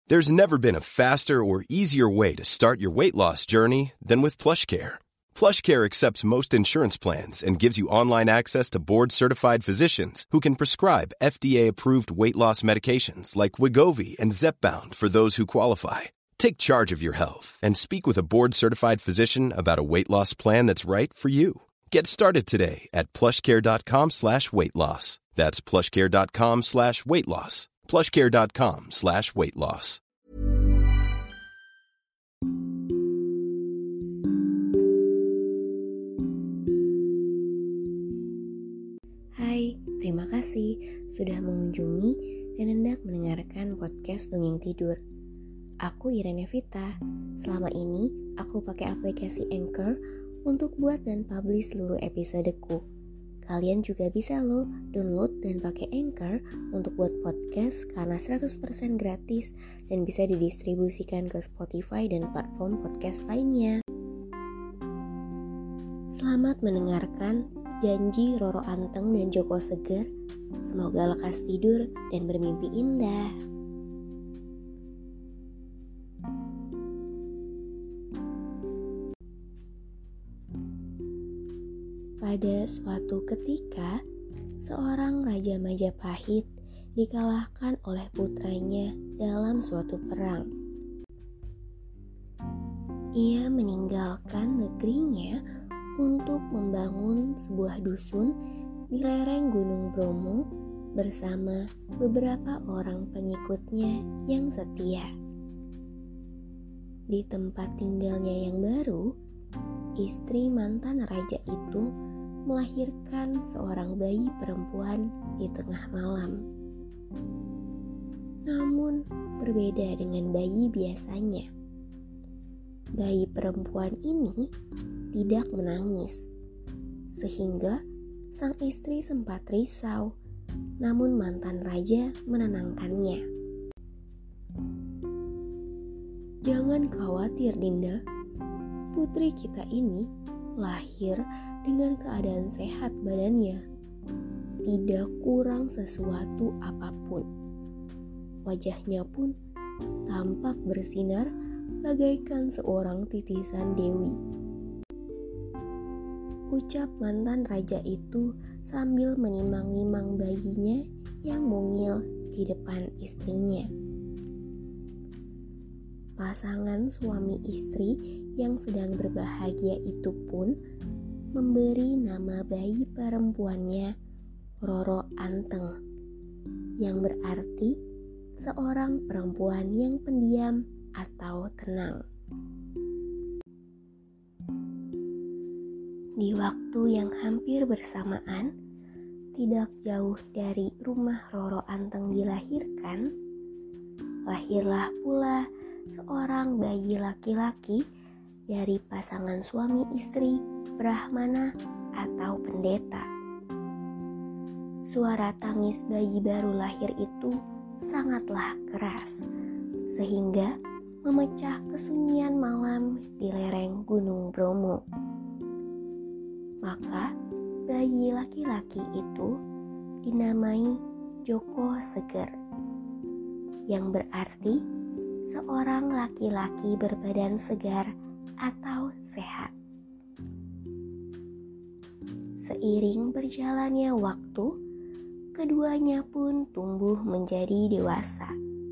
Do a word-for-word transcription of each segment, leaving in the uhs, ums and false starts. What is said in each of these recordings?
There's never been a faster or easier way to start your weight loss journey than with PlushCare. PlushCare accepts most insurance plans and gives you online access to board-certified physicians who can prescribe F D A-approved weight loss medications like Wegovy and Zepbound for those who qualify. Take charge of your health and speak with a board-certified physician about a weight loss plan that's right for you. Get started today at plushcare.com slash weight loss. That's plushcare.com slash weight loss. plushcare.com slash weight loss. Hai, terima kasih sudah mengunjungi dan hendak mendengarkan podcast Dongeng Tidur. Aku Irene Vita. Selama ini aku pakai aplikasi Anchor untuk buat dan publish seluruh episodeku. Kalian juga bisa loh download dan pakai Anchor untuk buat podcast karena seratus persen gratis dan bisa didistribusikan ke Spotify dan platform podcast lainnya. Selamat mendengarkan janji Roro Anteng dan Joko Seger. Semoga lekas tidur dan bermimpi indah. Pada suatu ketika, seorang Raja Majapahit dikalahkan oleh putranya dalam suatu perang. Ia meninggalkan negerinya untuk membangun sebuah dusun di lereng Gunung Bromo bersama beberapa orang pengikutnya yang setia. Di tempat tinggalnya yang baru, istri mantan raja itu melahirkan seorang bayi perempuan di tengah malam. Namun berbeda dengan bayi biasanya. Bayi perempuan ini tidak menangis, sehingga sang istri sempat risau, namun mantan raja menenangkannya. "Jangan khawatir, Dinda. Putri kita ini lahir dengan keadaan sehat badannya, tidak kurang sesuatu apapun. Wajahnya pun tampak bersinar bagaikan seorang titisan dewi," ucap mantan raja itu sambil menimang-nimang bayinya yang mungil di depan istrinya. Pasangan suami istri yang sedang berbahagia itu pun memberi nama bayi perempuannya Roro Anteng, yang berarti seorang perempuan yang pendiam atau tenang. Di waktu yang hampir bersamaan, tidak jauh dari rumah Roro Anteng dilahirkan, lahirlah pula seorang bayi laki-laki dari pasangan suami istri Brahmana atau pendeta. Suara tangis bayi baru lahir itu sangatlah keras, sehingga memecah kesunyian malam di lereng Gunung Bromo. Maka bayi laki-laki itu dinamai Joko Seger, yang berarti seorang laki-laki berbadan segar atau sehat. Seiring berjalannya waktu, keduanya pun tumbuh menjadi dewasa.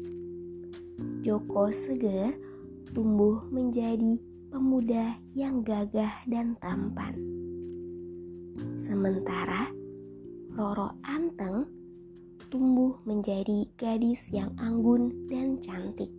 Joko Seger tumbuh menjadi pemuda yang gagah dan tampan. Sementara Roro Anteng tumbuh menjadi gadis yang anggun dan cantik.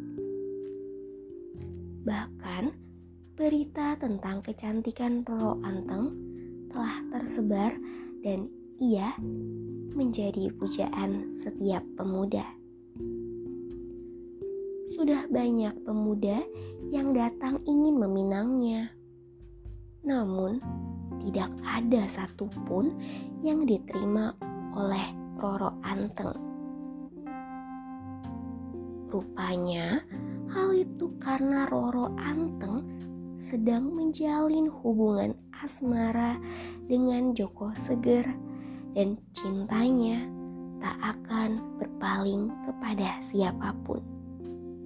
Bahkan berita tentang kecantikan Roro Anteng telah tersebar dan ia menjadi pujaan setiap pemuda. Sudah banyak pemuda yang datang ingin meminangnya, namun tidak ada satupun yang diterima oleh Roro Anteng. Rupanya hal itu karena Roro Anteng sedang menjalin hubungan asmara dengan Joko Seger dan cintanya tak akan berpaling kepada siapapun.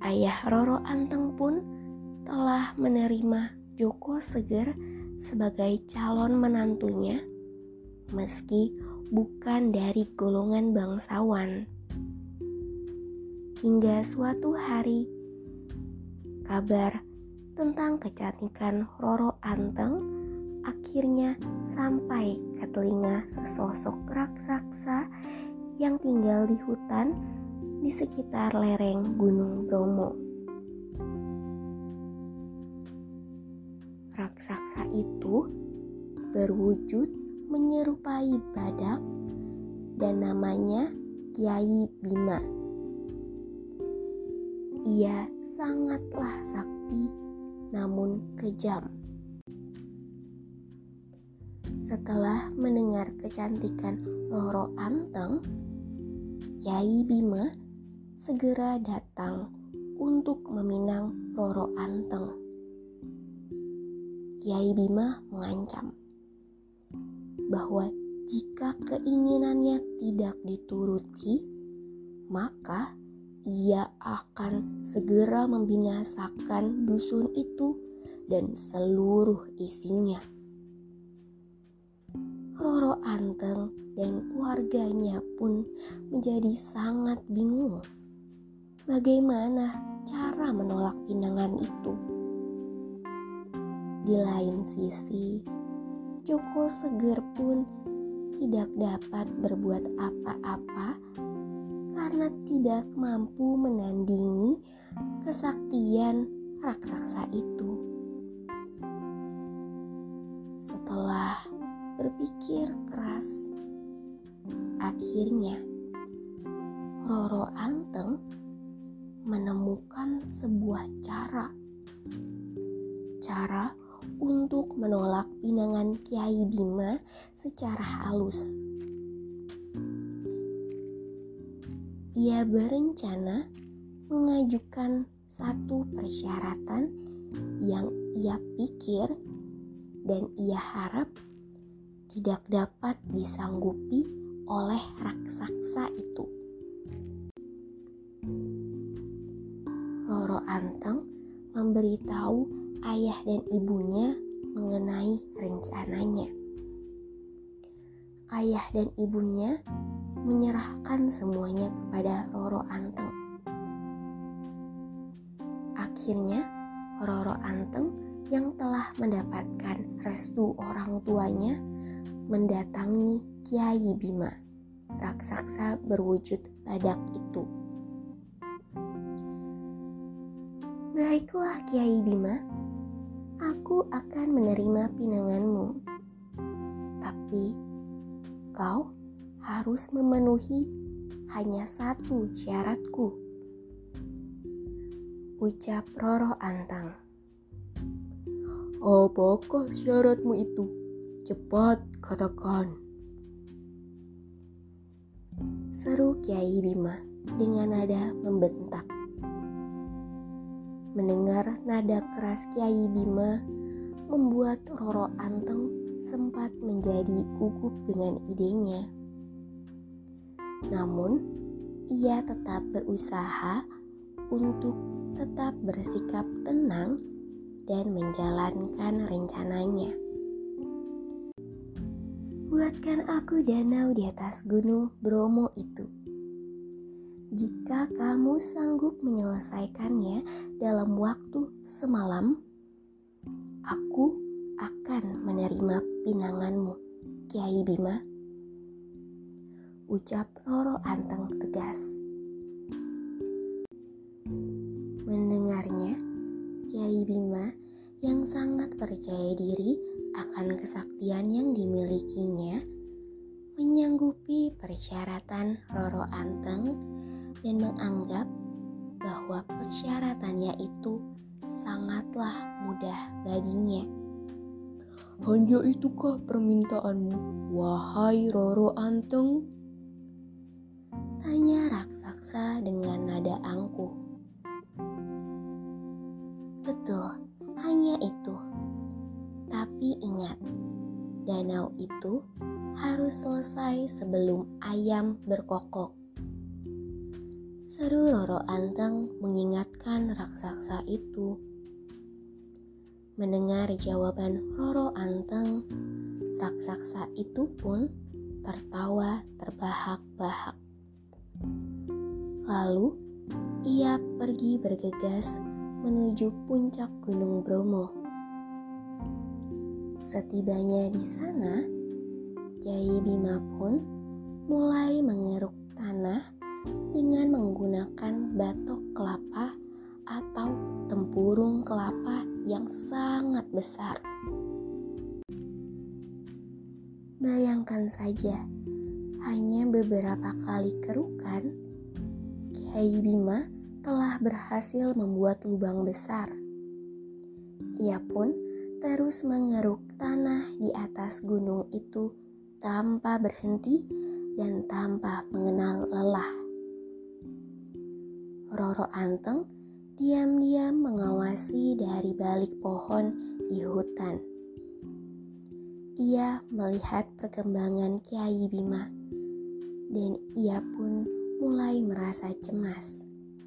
Ayah Roro Anteng pun telah menerima Joko Seger sebagai calon menantunya, meski bukan dari golongan bangsawan. Hingga suatu hari, kabar tentang kecantikan Roro Anteng akhirnya sampai ke telinga sesosok raksasa yang tinggal di hutan di sekitar lereng Gunung Bromo. Raksasa itu berwujud menyerupai badak dan namanya Kyai Bima. Ia sangatlah sakti namun kejam. Setelah mendengar kecantikan Roro Anteng, Kyai Bima segera datang untuk meminang Roro Anteng. Kyai Bima mengancam bahwa jika keinginannya tidak dituruti, maka ia akan segera membinasakan dusun itu dan seluruh isinya. Roro Anteng dan keluarganya pun menjadi sangat bingung bagaimana cara menolak pinangan itu. Di lain sisi, Joko Seger pun tidak dapat berbuat apa-apa karena tidak mampu menandingi kesaktian raksasa itu. Setelah berpikir keras, akhirnya Roro Anteng menemukan sebuah cara. Cara untuk menolak pinangan Kyai Bima secara halus. Ia berencana mengajukan satu persyaratan yang ia pikir dan ia harap tidak dapat disanggupi oleh raksasa itu. Roro Anteng memberitahu ayah dan ibunya mengenai rencananya. Ayah dan ibunya menyerahkan semuanya kepada Roro Anteng. Akhirnya Roro Anteng yang telah mendapatkan restu orang tuanya mendatangi Kyai Bima, raksasa berwujud badak itu. Baiklah Kyai Bima, aku akan menerima pinanganmu. Tapi kau harus memenuhi hanya satu syaratku, ucap Roro Anteng. Apakah syaratmu itu? Cepat katakan, seru Kyai Bima dengan nada membentak. Mendengar nada keras Kyai Bima membuat Roro Anteng sempat menjadi gugup dengan idenya. Namun, ia tetap berusaha untuk tetap bersikap tenang dan menjalankan rencananya. Buatkan aku danau di atas gunung Bromo itu. Jika kamu sanggup menyelesaikannya dalam waktu semalam, aku akan menerima pinanganmu, Kyai Bima, ucap Roro Anteng tegas. Mendengarnya, Kyai Bima yang sangat percaya diri akan kesaktian yang dimilikinya menyanggupi persyaratan Roro Anteng dan menganggap bahwa persyaratannya itu sangatlah mudah baginya. Hanya itukah permintaanmu, wahai Roro Anteng? Tanya raksasa dengan nada angkuh. Betul, hanya itu. Tapi ingat, danau itu harus selesai sebelum ayam berkokok. Seru Roro Anteng mengingatkan raksasa itu. Mendengar jawaban Roro Anteng, raksasa itu pun tertawa terbahak-bahak. Lalu ia pergi bergegas menuju puncak Gunung Bromo. Setibanya di sana, Kyai Bima pun mulai mengeruk tanah dengan menggunakan batok kelapa atau tempurung kelapa yang sangat besar. Bayangkan saja, hanya beberapa kali kerukan, Kyai Bima telah berhasil membuat lubang besar. Ia pun terus mengeruk tanah di atas gunung itu tanpa berhenti dan tanpa mengenal lelah. Roro Anteng diam-diam mengawasi dari balik pohon di hutan. Ia melihat perkembangan Kyai Bima dan ia pun mulai merasa cemas.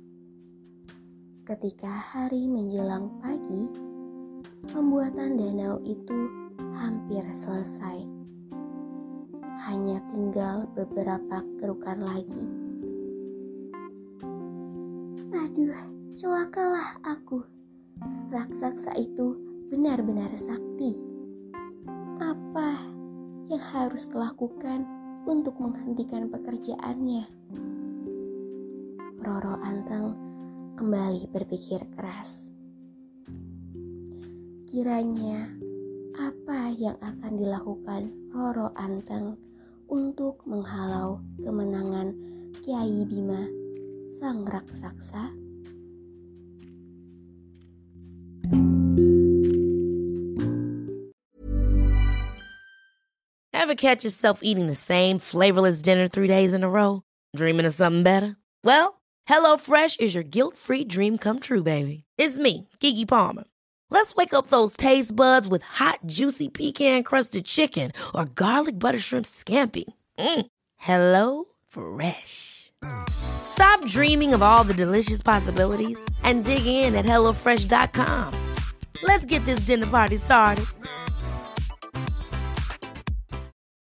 Ketika hari menjelang pagi, pembuatan danau itu hampir selesai. Hanya tinggal beberapa kerukan lagi. Aduh, celakalah aku. Raksasa itu benar-benar sakti. Apa yang harus kulakukan untuk menghentikan pekerjaannya? Roro Anteng kembali berpikir keras. Kiranya apa yang akan dilakukan Roro Anteng untuk menghalau kemenangan Kyai Bima, sang raksasa? Ever catch yourself eating the same flavorless dinner three days in a row? Dreaming of something better? Well, HelloFresh is your guilt-free dream come true, baby. It's me, Keke Palmer. Let's wake up those taste buds with hot, juicy pecan-crusted chicken or garlic butter shrimp scampi. Mm. Hello Fresh. Stop dreaming of all the delicious possibilities and dig in at hello fresh dot com. Let's get this dinner party started.